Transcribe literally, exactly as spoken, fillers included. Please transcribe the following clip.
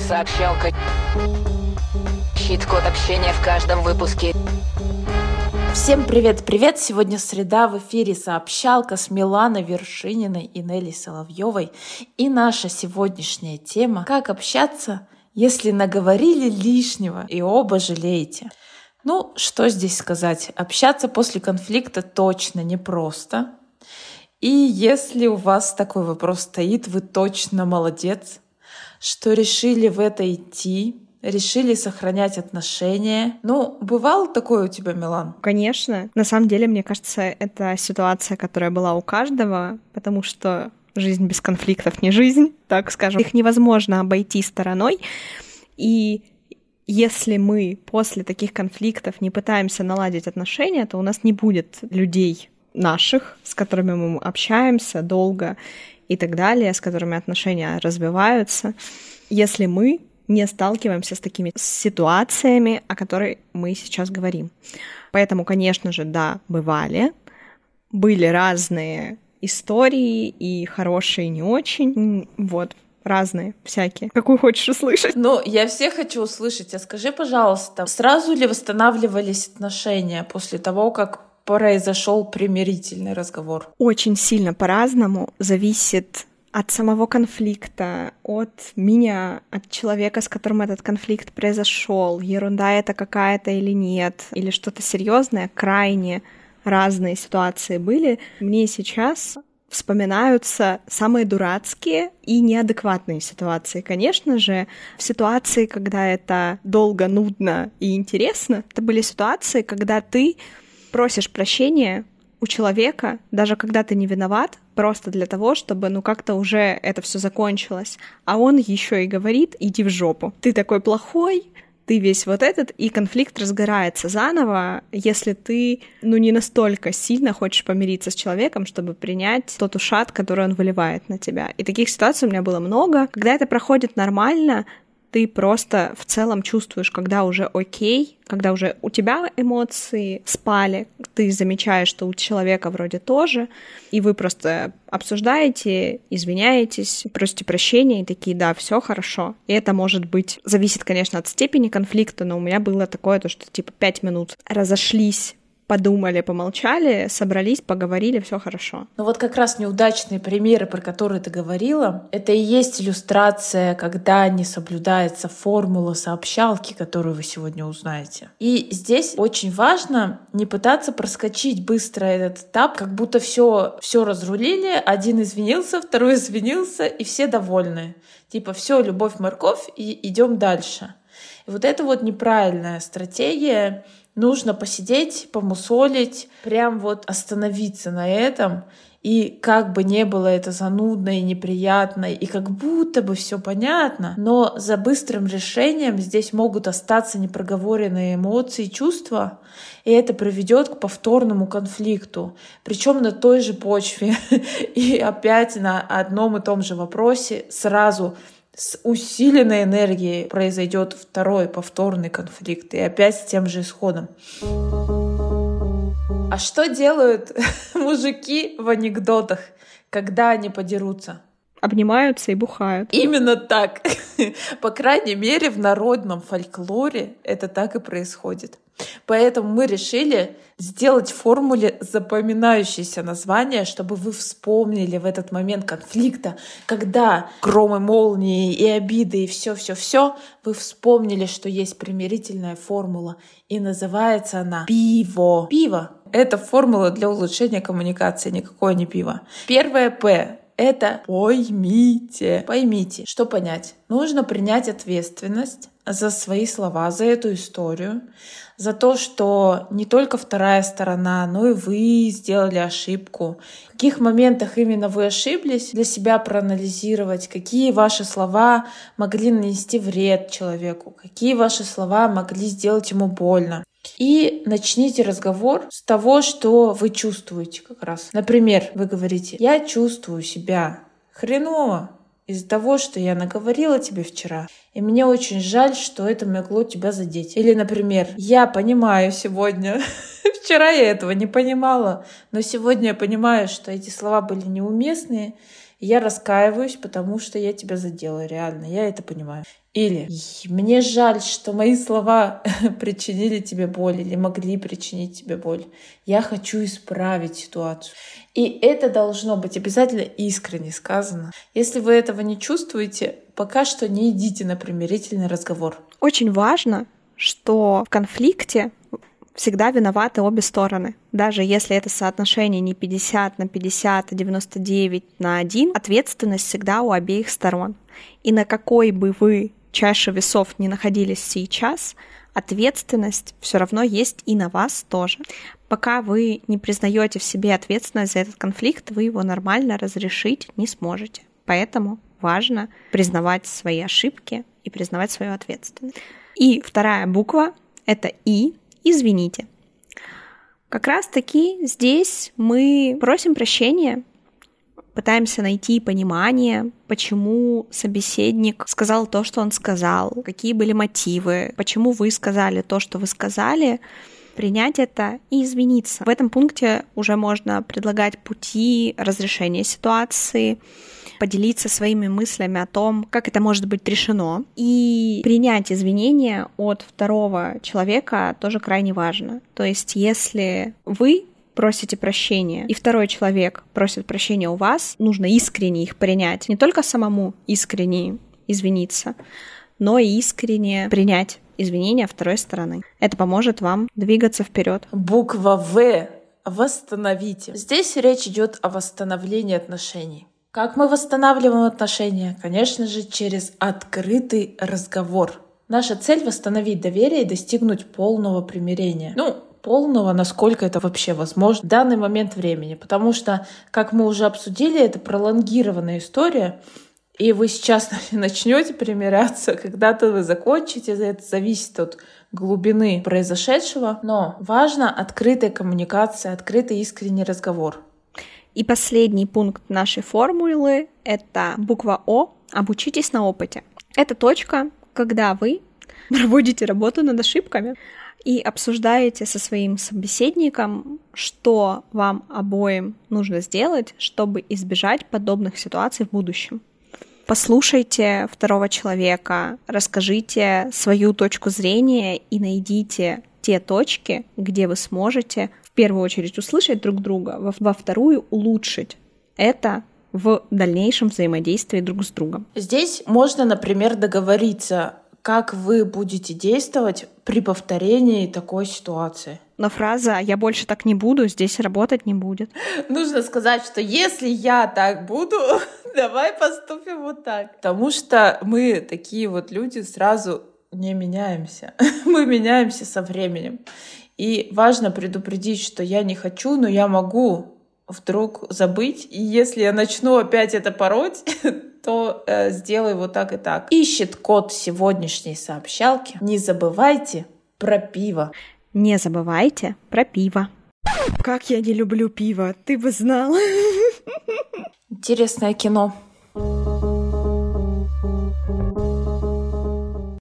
Сообщалка. Щит-код общения в каждом выпуске. Всем привет-привет! Сегодня среда, в эфире «Сообщалка» с Миланой Вершининой и Нелли Соловьевой. И наша сегодняшняя тема — как общаться, если наговорили лишнего и оба жалеете. Ну, что здесь сказать? Общаться после конфликта точно непросто. И если у вас такой вопрос стоит, вы точно молодец, что решили в это идти, решили сохранять отношения. Ну, бывало такое у тебя, Милан? Конечно. На самом деле, мне кажется, это ситуация, которая была у каждого, потому что жизнь без конфликтов не жизнь, так скажем. Их невозможно обойти стороной. И если мы после таких конфликтов не пытаемся наладить отношения, то у нас не будет людей наших, с которыми мы общаемся долго и так далее, с которыми отношения развиваются, если мы не сталкиваемся с такими ситуациями, о которых мы сейчас говорим. Поэтому, конечно же, да, бывали, были разные истории, и хорошие, и не очень, вот, разные, всякие. Какую хочешь услышать? Ну, я все хочу услышать. А скажи, пожалуйста, сразу ли восстанавливались отношения после того, как произошел примирительный разговор? Очень сильно по-разному, зависит от самого конфликта, от меня, от человека, с которым этот конфликт произошел, ерунда это какая-то или нет, или что-то серьезное. Крайне разные ситуации были. Мне сейчас вспоминаются самые дурацкие и неадекватные ситуации. Конечно же, в ситуации, когда это долго, нудно и интересно, это были ситуации, когда ты просишь прощения у человека, даже когда ты не виноват, просто для того, чтобы, ну, как-то уже это все закончилось. А он еще и говорит: иди в жопу. Ты такой плохой, ты весь вот этот, и конфликт разгорается заново, если ты, ну, не настолько сильно хочешь помириться с человеком, чтобы принять тот ушат, который он выливает на тебя. И таких ситуаций у меня было много. Когда это проходит нормально, ты просто в целом чувствуешь, когда уже окей, когда уже у тебя эмоции спали, ты замечаешь, что у человека вроде тоже, и вы просто обсуждаете, извиняетесь, просите прощения, и такие: да, все хорошо. И это может быть, зависит, конечно, от степени конфликта, но у меня было такое, то, что типа пять минут разошлись, подумали, помолчали, собрались, поговорили, все хорошо. Ну вот как раз неудачные примеры, про которые ты говорила, это и есть иллюстрация, когда не соблюдается формула сообщалки, которую вы сегодня узнаете. И здесь очень важно не пытаться проскочить быстро этот этап, как будто все все разрулили, один извинился, второй извинился, и все довольны. Типа все, любовь, морковь, и идем дальше. И вот это вот неправильная стратегия. Нужно посидеть, помусолить, прям вот остановиться на этом. И как бы не было это занудно и неприятно, и как будто бы все понятно, но за быстрым решением здесь могут остаться непроговоренные эмоции и чувства, и это приведет к повторному конфликту, причем на той же почве. И опять на одном и том же вопросе сразу с усиленной энергией произойдет второй повторный конфликт, и опять с тем же исходом. А что делают мужики в анекдотах, когда они подерутся? Обнимаются и бухают. Именно так. По крайней мере, в народном фольклоре это так и происходит. Поэтому мы решили сделать в формуле запоминающееся название, чтобы вы вспомнили в этот момент конфликта, когда громы, молнии и обиды и все-все-все, вы вспомнили, что есть примирительная формула, и называется она пиво. Пиво — это формула для улучшения коммуникации, никакое не пиво. Первое «П» — это поймите. Поймите. Что понять? Нужно принять ответственность за свои слова, за эту историю, за то, что не только вторая сторона, но и вы сделали ошибку. В каких моментах именно вы ошиблись, для себя проанализировать, какие ваши слова могли нанести вред человеку, какие ваши слова могли сделать ему больно. И начните разговор с того, что вы чувствуете как раз. Например, вы говорите: «Я чувствую себя хреново из-за того, что я наговорила тебе вчера, и мне очень жаль, что это могло тебя задеть». Или, например: «Я понимаю сегодня, вчера я этого не понимала, но сегодня я понимаю, что эти слова были неуместные, Я раскаиваюсь, потому что я тебя задела, реально, я это понимаю. Или мне жаль, что мои слова причинили тебе боль или могли причинить тебе боль. Я хочу исправить ситуацию. И это должно быть обязательно искренне сказано. Если вы этого не чувствуете, пока что не идите на примирительный разговор. Очень важно, что в конфликте всегда виноваты обе стороны. Даже если это соотношение не пятьдесят на пятьдесят, а девяносто девять на один, ответственность всегда у обеих сторон. И на какой бы вы чаше весов не находились сейчас, ответственность все равно есть и на вас тоже. Пока вы не признаете в себе ответственность за этот конфликт, вы его нормально разрешить не сможете. Поэтому важно признавать свои ошибки и признавать свою ответственность. И вторая буква — это «и». Извините. Как раз-таки здесь мы просим прощения, пытаемся найти понимание, почему собеседник сказал то, что он сказал, какие были мотивы, почему вы сказали то, что вы сказали, принять это и извиниться. В этом пункте уже можно предлагать пути разрешения ситуации, поделиться своими мыслями о том, как это может быть решено. И принять извинения от второго человека тоже крайне важно. То есть если вы просите прощения, и второй человек просит прощения у вас, нужно искренне их принять. Не только самому искренне извиниться, но и искренне принять извинения второй стороны. Это поможет вам двигаться вперед. Буква В. Восстановите. Здесь речь идет о восстановлении отношений. Как мы восстанавливаем отношения? Конечно же, через открытый разговор. Наша цель — восстановить доверие и достигнуть полного примирения. Ну, полного, насколько это вообще возможно в данный момент времени. Потому что, как мы уже обсудили, это пролонгированная история. И вы сейчас начнете примиряться, когда-то вы закончите, это зависит от глубины произошедшего. Но важна открытая коммуникация, открытый искренний разговор. И последний пункт нашей формулы — это буква О. Обучитесь на опыте. Это точка, когда вы проводите работу над ошибками и обсуждаете со своим собеседником, что вам обоим нужно сделать, чтобы избежать подобных ситуаций в будущем. Послушайте второго человека, расскажите свою точку зрения и найдите те точки, где вы сможете в первую очередь услышать друг друга, во, во вторую улучшить это в дальнейшем взаимодействии друг с другом. Здесь можно, например, договориться, как вы будете действовать при повторении такой ситуации. Но фраза «я больше так не буду» здесь работать не будет. Нужно сказать, что если я так буду, давай поступим вот так. Потому что мы такие вот люди сразу не меняемся. Мы меняемся со временем. И важно предупредить, что я не хочу, но я могу вдруг забыть. И если я начну опять это пороть, то э, сделай вот так и так. Ищет код сегодняшней сообщалки. Не забывайте про пиво. Не забывайте про пиво. Как я не люблю пиво, ты бы знала. Интересное кино.